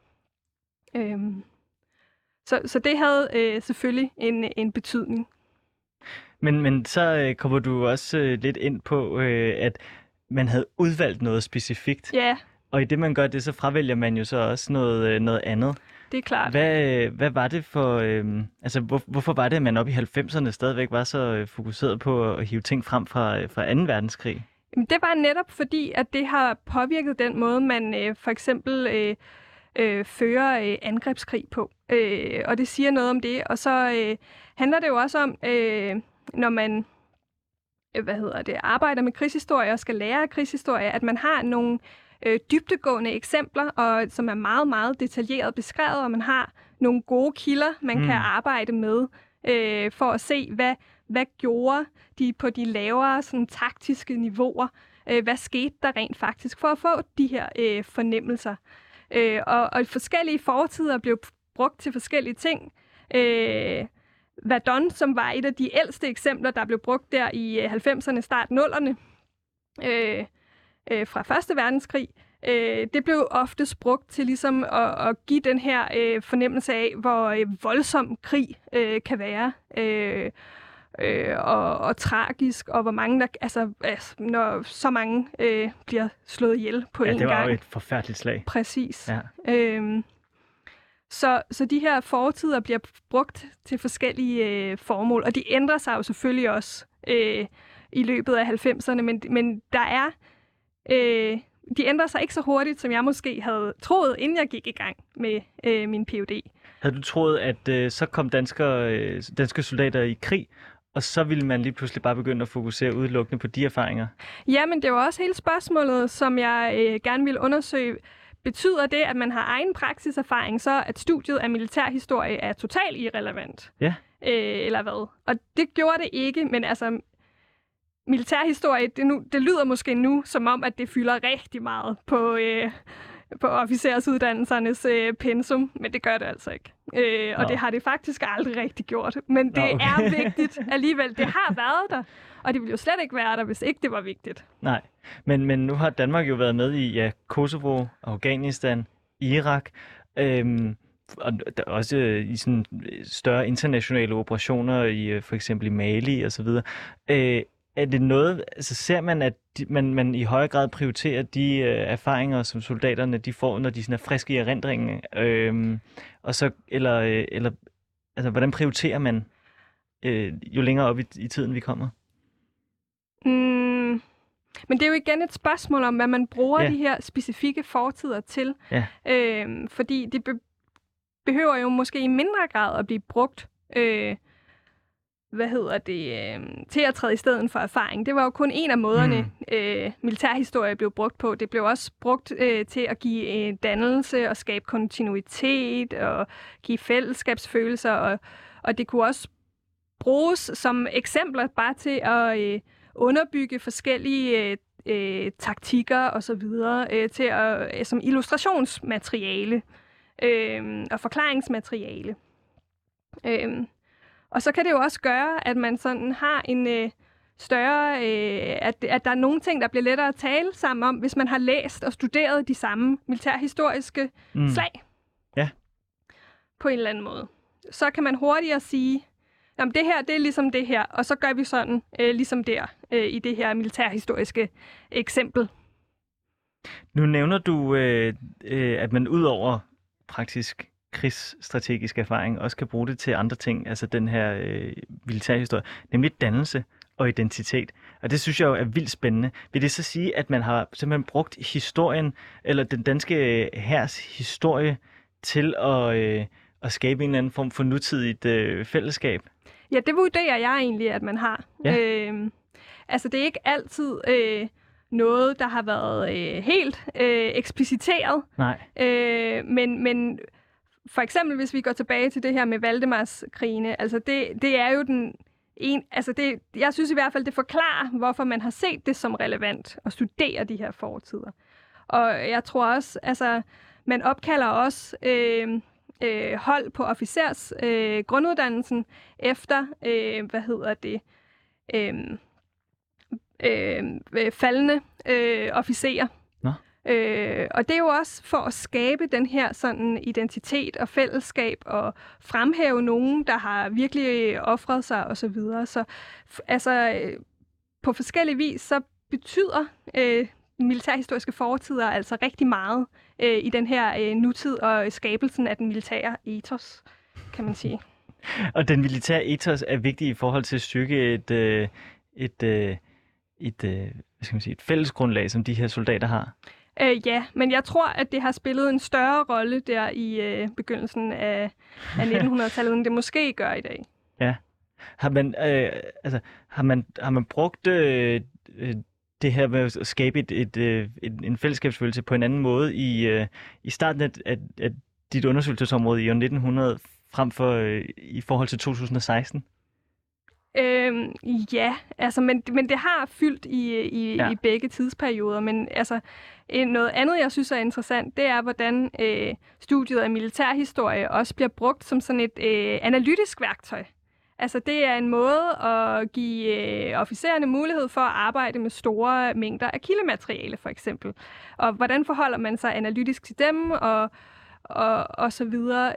Så det havde selvfølgelig en betydning. Men så kommer du også lidt ind på, at man havde udvalgt noget specifikt. Ja. Og i det, man gør det, så fravælger man jo så også noget andet. Det er klart. Hvad var det for... hvorfor var det, at man op i 90'erne stadigvæk var så fokuseret på at hive ting frem fra 2. verdenskrig? Det var netop fordi, at det har påvirket den måde, man for eksempel fører angrebskrig på. Og det siger noget om det. Og så handler det jo også om, når man arbejder med krigshistorie og skal lære af krigshistorie, at man har nogle dybdegående eksempler, og som er meget, meget detaljeret beskrevet, og man har nogle gode kilder, man kan arbejde med, for at se, hvad gjorde de på de lavere sådan, taktiske niveauer. Hvad skete der rent faktisk for at få de her fornemmelser. Og forskellige fortider blev brugt til forskellige ting. Verdun, som var et af de ældste eksempler, der blev brugt der i 90'erne, start 0'erne, fra 1. verdenskrig, det blev oftest brugt til ligesom at give den her fornemmelse af, hvor voldsom krig kan være, og tragisk, og hvor mange der, når så mange bliver slået ihjel på en gang. Ja, det var jo et forfærdeligt slag. Præcis. Ja. Så de her fortider bliver brugt til forskellige formål, og de ændrer sig jo selvfølgelig også i løbet af 90'erne, men der er... de ændrer sig ikke så hurtigt, som jeg måske havde troet, inden jeg gik i gang med min Ph.D. Havde du troet, at så kom danske soldater i krig, og så ville man lige pludselig bare begynde at fokusere udelukkende på de erfaringer? Ja, men det var også hele spørgsmålet, som jeg gerne ville undersøge. Betyder det, at man har egen praksiserfaring, så at studiet af militærhistorie er totalt irrelevant? Ja. Eller hvad? Og det gjorde det ikke, men altså... Militærhistorie, det lyder måske nu, som om, at det fylder rigtig meget på officersuddannelsernes pensum, men det gør det altså ikke. Og det har det faktisk aldrig rigtig gjort. Men det er vigtigt alligevel. Det har været der, og det ville jo slet ikke være der, hvis ikke det var vigtigt. Nej, men nu har Danmark jo været med i Kosovo, Afghanistan, Irak, og også i sådan større internationale operationer i for eksempel i Mali og så videre. Er det noget, altså ser man, at man i højere grad prioriterer de erfaringer, som soldaterne de får, når de sådan er friske i erindringen? Og så, eller altså, hvordan prioriterer man jo længere op i tiden vi kommer? Men det er jo igen et spørgsmål om, hvad man bruger de her specifikke fortider til. Ja. Fordi det behøver jo måske i mindre grad at blive brugt til at træde i stedet for erfaring. Det var jo kun en af måderne, militærhistorie blev brugt på. Det blev også brugt til at give dannelse og skabe kontinuitet og give fællesskabsfølelser. Og det kunne også bruges som eksempler bare til at underbygge forskellige taktikker og så videre som illustrationsmateriale og forklaringsmateriale. Og så kan det jo også gøre, at man sådan har en større, at der er nogle ting, der bliver lettere at tale sammen om, hvis man har læst og studeret de samme militærhistoriske slag. Ja. På en eller anden måde. Så kan man hurtigere sige, jamen det her, det er ligesom det her, og så gør vi sådan, ligesom der, i det her militærhistoriske eksempel. Nu nævner du, at man ud over praktisk krigsstrategisk erfaring også kan bruge det til andre ting, altså den her militærhistorie, nemlig dannelse og identitet. Og det synes jeg jo er vildt spændende. Vil det så sige, at man har simpelthen brugt historien, eller den danske hærs historie, til at skabe en eller anden form for nutidigt fællesskab? Ja, det vurderer jeg egentlig, at man har. Ja. Altså, det er ikke altid noget, der har været helt ekspliciteret. Nej. Men for eksempel, hvis vi går tilbage til det her med Valdemarskrigene, altså det er jo jeg synes i hvert fald, det forklarer, hvorfor man har set det som relevant at studere de her fortider. Og jeg tror også, altså, man opkalder også hold på officers grunduddannelsen efter, faldne officerer. Og det er jo også for at skabe den her sådan identitet og fællesskab og fremhæve nogen, der har virkelig ofret sig og så videre. Så altså på forskellige vis så betyder militærhistoriske fortider altså rigtig meget i den her nutid og skabelsen af den militære ethos, kan man sige. Og den militære ethos er vigtig i forhold til at styrke et fællesgrundlag, som de her soldater har. Ja, men jeg tror, at det har spillet en større rolle der i begyndelsen af 1900-tallet, end det måske gør i dag. Ja. Har man brugt det her med at skabe en fællesskabsfølelse på en anden måde i starten af dit undersøgelsesområde i år 1900 frem for i forhold til 2016? Ja, altså, men det har fyldt i begge tidsperioder, men altså, noget andet, jeg synes er interessant, det er, hvordan studiet af militærhistorie også bliver brugt som sådan et analytisk værktøj. Altså, det er en måde at give officererne mulighed for at arbejde med store mængder af kildemateriale, for eksempel. Og hvordan forholder man sig analytisk til dem, og så videre.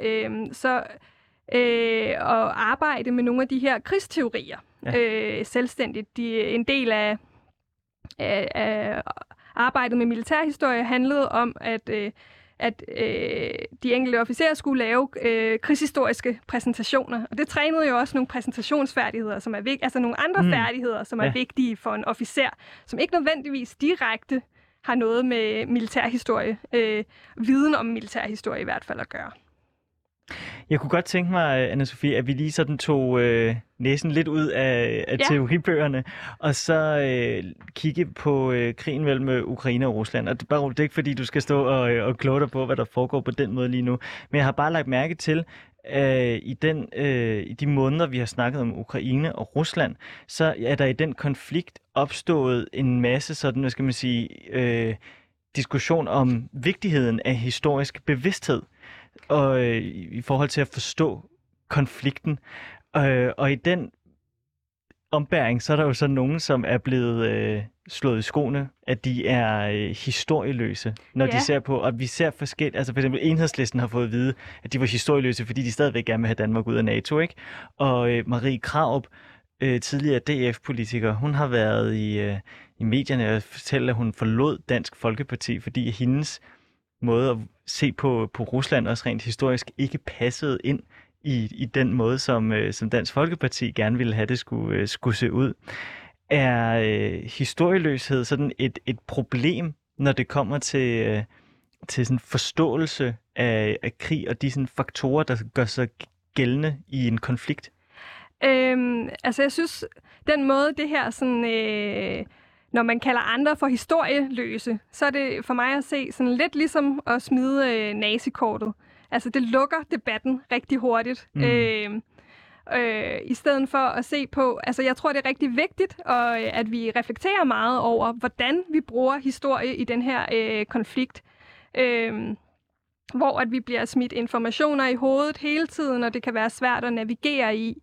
Og arbejde med nogle af de her krigsteorier selvstændigt. En del af arbejdet med militærhistorie handlede om, at de enkelte officerer skulle lave krigshistoriske præsentationer. Og det trænede jo også nogle præsentationsfærdigheder, som er vigtige, altså nogle andre færdigheder, som er vigtige for en officer, som ikke nødvendigvis direkte har noget med militærhistorie, viden om militærhistorie i hvert fald at gøre. Jeg kunne godt tænke mig, Anna-Sophie, at vi lige sådan tog næsen lidt ud af teoribøgerne, og så kigge på krigen mellem Ukraine og Rusland. Og det er ikke fordi, du skal stå og kloge dig på, hvad der foregår på den måde lige nu. Men jeg har bare lagt mærke til, i de måneder, vi har snakket om Ukraine og Rusland, så er der i den konflikt opstået en masse sådan, hvad skal man sige, diskussion om vigtigheden af historisk bevidsthed. Og i forhold til at forstå konflikten. Og i den ombæring, så er der jo så nogen, som er blevet slået i skoene, at de er historieløse, når de ser på, og vi ser forskelligt, altså for eksempel Enhedslisten har fået at vide, at de var historieløse, fordi de stadigvæk gerne vil have Danmark ud af NATO, ikke? Og Marie Krarup, tidligere DF-politiker, hun har været i medierne og fortælle, at hun forlod Dansk Folkeparti, fordi hendes måde at se på Rusland også rent historisk ikke passede ind i den måde, som Dansk Folkeparti gerne ville have det skulle se ud. Er historieløshed sådan et problem, når det kommer til sådan forståelse af krig og de sådan faktorer, der gør sig gældende i en konflikt? Altså jeg synes, den måde det her sådan, når man kalder andre for historieløse, så er det for mig at se sådan lidt ligesom at smide nazikortet. Altså det lukker debatten rigtig hurtigt. I stedet for at se på, altså jeg tror det er rigtig vigtigt, at vi reflekterer meget over, hvordan vi bruger historie i den her konflikt. Hvor at vi bliver smidt informationer i hovedet hele tiden, og det kan være svært at navigere i.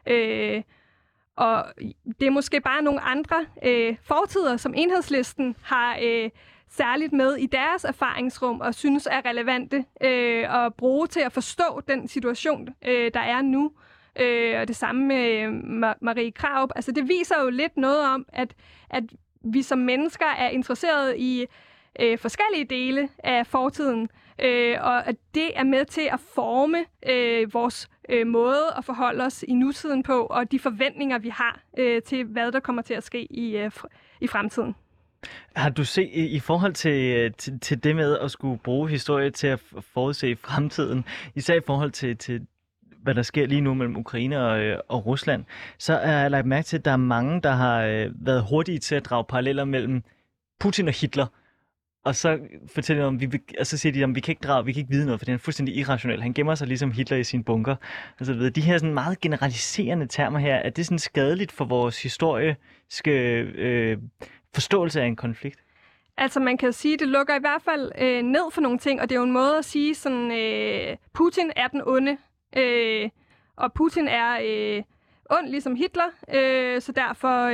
Og det er måske bare nogle andre fortider, som Enhedslisten har særligt med i deres erfaringsrum og synes er relevante at bruge til at forstå den situation, der er nu. Og det samme med Marie Krarup. Altså det viser jo lidt noget om, at vi som mennesker er interesseret i forskellige dele af fortiden, og at det er med til at forme vores måde at forholde os i nutiden på, og de forventninger, vi har til, hvad der kommer til at ske i fremtiden. Har du set i forhold til det med at skulle bruge historie til at forudse fremtiden, især i forhold til hvad der sker lige nu mellem Ukraine og Rusland, så er jeg lagt mærke til, at der er mange, der har været hurtige til at drage paralleller mellem Putin og Hitler. Og så fortæller de og så siger de, at vi kan ikke vide noget, for det er fuldstændig irrationel. Han gemmer sig ligesom Hitler i sin bunker. Altså, de her sådan meget generaliserende termer her, er det sådan skadeligt for vores historiske forståelse af en konflikt? Altså man kan sige, at det lukker i hvert fald ned for nogle ting, og det er jo en måde at sige, sådan Putin er den onde, og Putin er ond ligesom Hitler, så derfor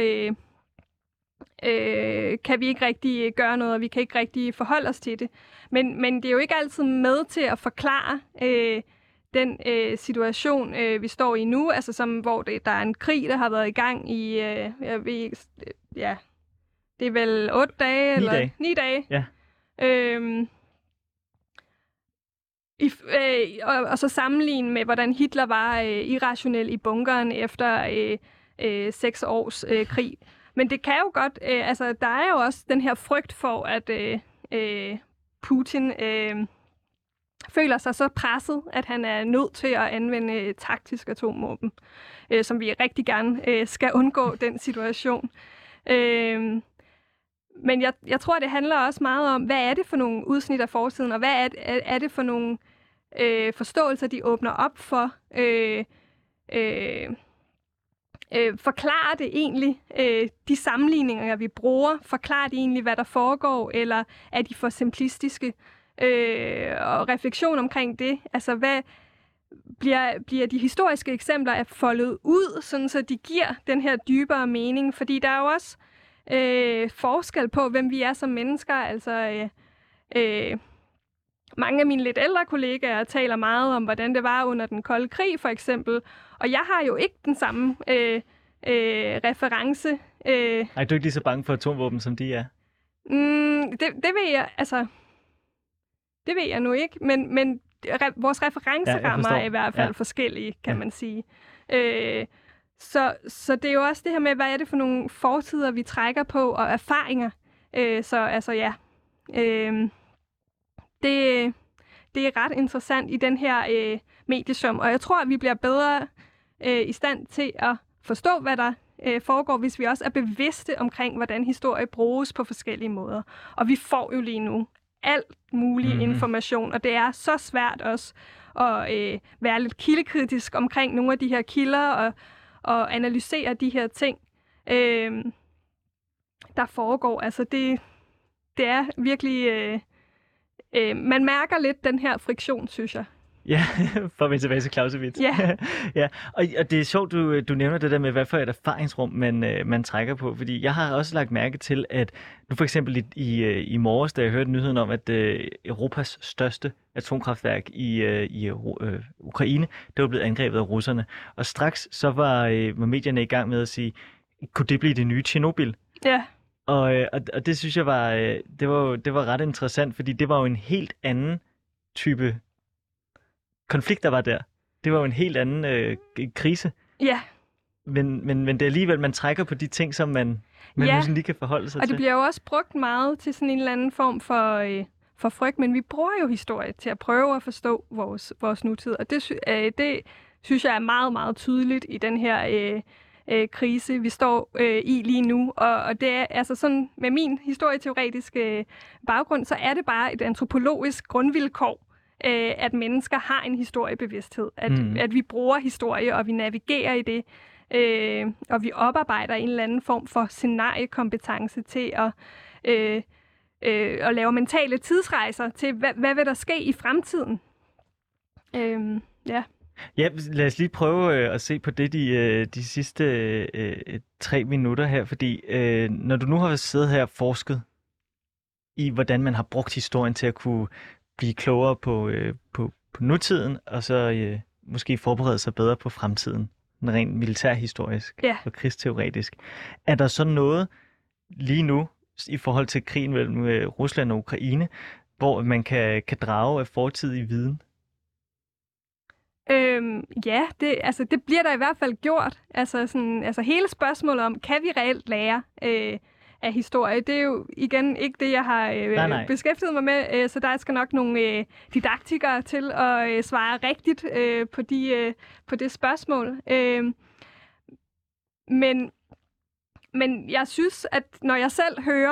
kan vi ikke rigtig gøre noget, og vi kan ikke rigtig forholde os til det. Men det er jo ikke altid med til at forklare den situation, vi står i nu, altså hvor der er en krig, der har været i gang i, det er vel 8 dage? 9 dage. Ja. Og så sammenligne med, hvordan Hitler var irrationel i bunkeren efter 6 års krig. Men det kan jo godt, der er jo også den her frygt for, at Putin føler sig så presset, at han er nødt til at anvende taktisk atomvåben, som vi rigtig gerne skal undgå den situation. Men jeg tror, det handler også meget om, hvad er det for nogle udsnit af fortiden, og hvad er det for nogle forståelser, de åbner op for. Forklarer det egentlig de sammenligninger, vi bruger? Forklarer det egentlig, hvad der foregår, eller er de for simplistiske? Og refleksion omkring det. Altså, hvad bliver de historiske eksempler foldet ud, sådan så de giver den her dybere mening? Fordi der er jo også forskel på, hvem vi er som mennesker. Altså, mange af mine lidt ældre kollegaer taler meget om, hvordan det var under den kolde krig, for eksempel. Og jeg har jo ikke den samme reference. Ej, du er ikke lige så bange for atomvåben, som de er? Det ved jeg, altså... Det ved jeg nu ikke, men vores referencerammer er i hvert fald forskellige, kan man sige. Så det er jo også det her med, hvad er det for nogle fortider, vi trækker på, og erfaringer. Det er ret interessant i den her mediesum, og jeg tror, at vi bliver bedre i stand til at forstå, hvad der foregår, hvis vi også er bevidste omkring, hvordan historie bruges på forskellige måder. Og vi får jo lige nu alt mulig information, og det er så svært også at være lidt kildekritisk omkring nogle af de her kilder og analysere de her ting, der foregår. Altså det er virkelig... man mærker lidt den her friktion, synes jeg. Ja, for at vende tilbage til Clausewitz. Ja. Ja. Og det er sjovt, du nævner det der med, hvad for et erfaringsrum, man trækker på. Fordi jeg har også lagt mærke til, at nu for eksempel i morges, da jeg hørte nyheden om, at Europas største atomkraftværk i Ukraine, det var blevet angrebet af russerne. Og straks så var medierne i gang med at sige, kunne det blive det nye Tjernobyl? Ja. Og det synes jeg det var ret interessant, fordi det var jo en helt anden type konflikt, der var der. Det var jo en helt anden krise. Ja. men det er alligevel, man trækker på de ting, som man ligesom lige kan forholde sig til. Og det bliver jo også brugt meget til sådan en eller anden form for frygt, men vi bruger jo historie til at prøve at forstå vores nutid, og det synes jeg er meget, meget tydeligt i den her krise, vi står i lige nu. Og det er altså sådan, med min historieteoretiske baggrund, så er det bare et antropologisk grundvilkår, at mennesker har en historiebevidsthed. At vi bruger historie, og vi navigerer i det, og vi oparbejder en eller anden form for scenariekompetence til at lave mentale tidsrejser til, hvad vil der ske i fremtiden. Ja. Ja, lad os lige prøve at se på det de sidste 3 minutter her, fordi når du nu har siddet her og forsket i, hvordan man har brugt historien til at kunne blive klogere på nutiden, og så måske forberede sig bedre på fremtiden, rent militærhistorisk og krigsteoretisk. Er der så noget lige nu i forhold til krigen mellem Rusland og Ukraine, hvor man kan drage af fortidig viden? Ja, det bliver der i hvert fald gjort. Altså hele spørgsmålet om, kan vi reelt lære af historie, det er jo igen ikke det, jeg har beskæftiget mig med, så der skal nok nogle didaktikere til at svare rigtigt på det spørgsmål. Men jeg synes, at når jeg selv hører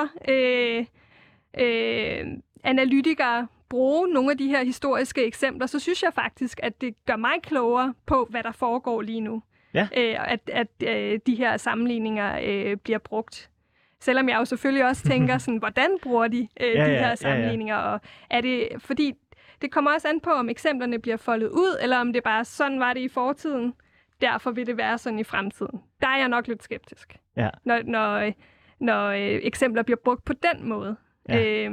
analytikere bruge nogle af de her historiske eksempler, så synes jeg faktisk, at det gør mig klogere på, hvad der foregår lige nu. Ja. At de her sammenligninger bliver brugt. Selvom jeg jo selvfølgelig også tænker, sådan, hvordan bruger de de her sammenligninger? Og er det, fordi det kommer også an på, om eksemplerne bliver foldet ud, eller om det bare sådan var det i fortiden, derfor vil det være sådan i fremtiden. Der er jeg nok lidt skeptisk, når eksempler bliver brugt på den måde. Ja.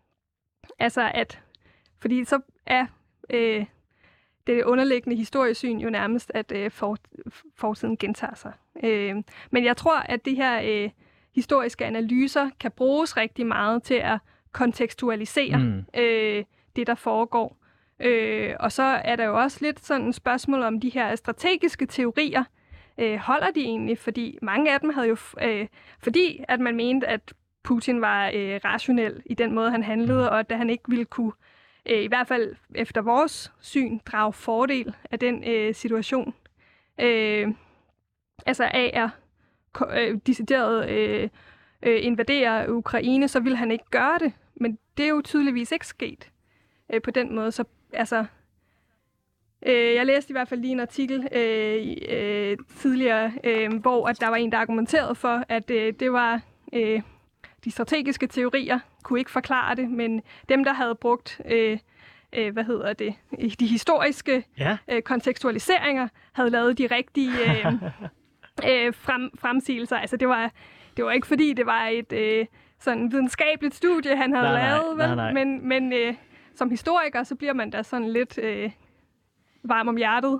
Fordi så er det underliggende historiesyn jo nærmest, at fortiden gentager sig. Men jeg tror, at de her historiske analyser kan bruges rigtig meget til at kontekstualisere det, der foregår. Og så er der jo også lidt sådan et spørgsmål om de her strategiske teorier. Holder de egentlig? Fordi mange af dem havde jo, fordi at man mente, at Putin var rationel i den måde, han handlede, og at han ikke ville kunne, i hvert fald efter vores syn, drage fordel af den situation. Af at decideret invadere Ukraine, så ville han ikke gøre det. Men det er jo tydeligvis ikke sket på den måde. Så jeg læste i hvert fald lige en artikel tidligere, hvor at der var en, der argumenterede for, at det var de strategiske teorier kunne ikke forklare det, men dem, der havde brugt de historiske kontekstualiseringer, havde lavet de rigtige fremsigelser. Altså det var ikke fordi, det var et sådan videnskabeligt studie, han havde lavet, men som historiker, så bliver man da sådan lidt varm om hjertet.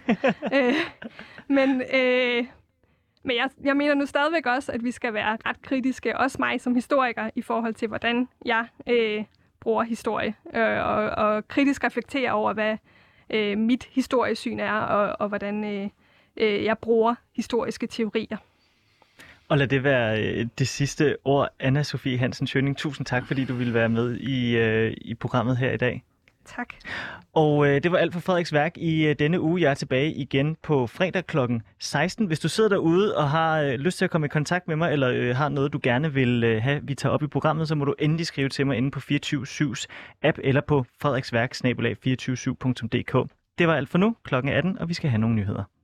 Men jeg mener nu stadigvæk også, at vi skal være ret kritiske, også mig som historiker, i forhold til, hvordan jeg bruger historie, og kritisk reflektere over, hvad mit historiesyn er, og hvordan jeg bruger historiske teorier. Og lad det være det sidste ord. Anna-Sophie Hansen Schønning, tusind tak, fordi du ville være med i programmet her i dag. Tak. Og det var alt for Frederiks Værk i denne uge. Jeg er tilbage igen på fredag kl. 16. Hvis du sidder derude og har lyst til at komme i kontakt med mig, eller har noget, du gerne vil have, vi tager op i programmet, så må du endelig skrive til mig inde på 24syvs app eller på frederiksværk@247.dk. Det var alt for nu, klokken 18, og vi skal have nogle nyheder.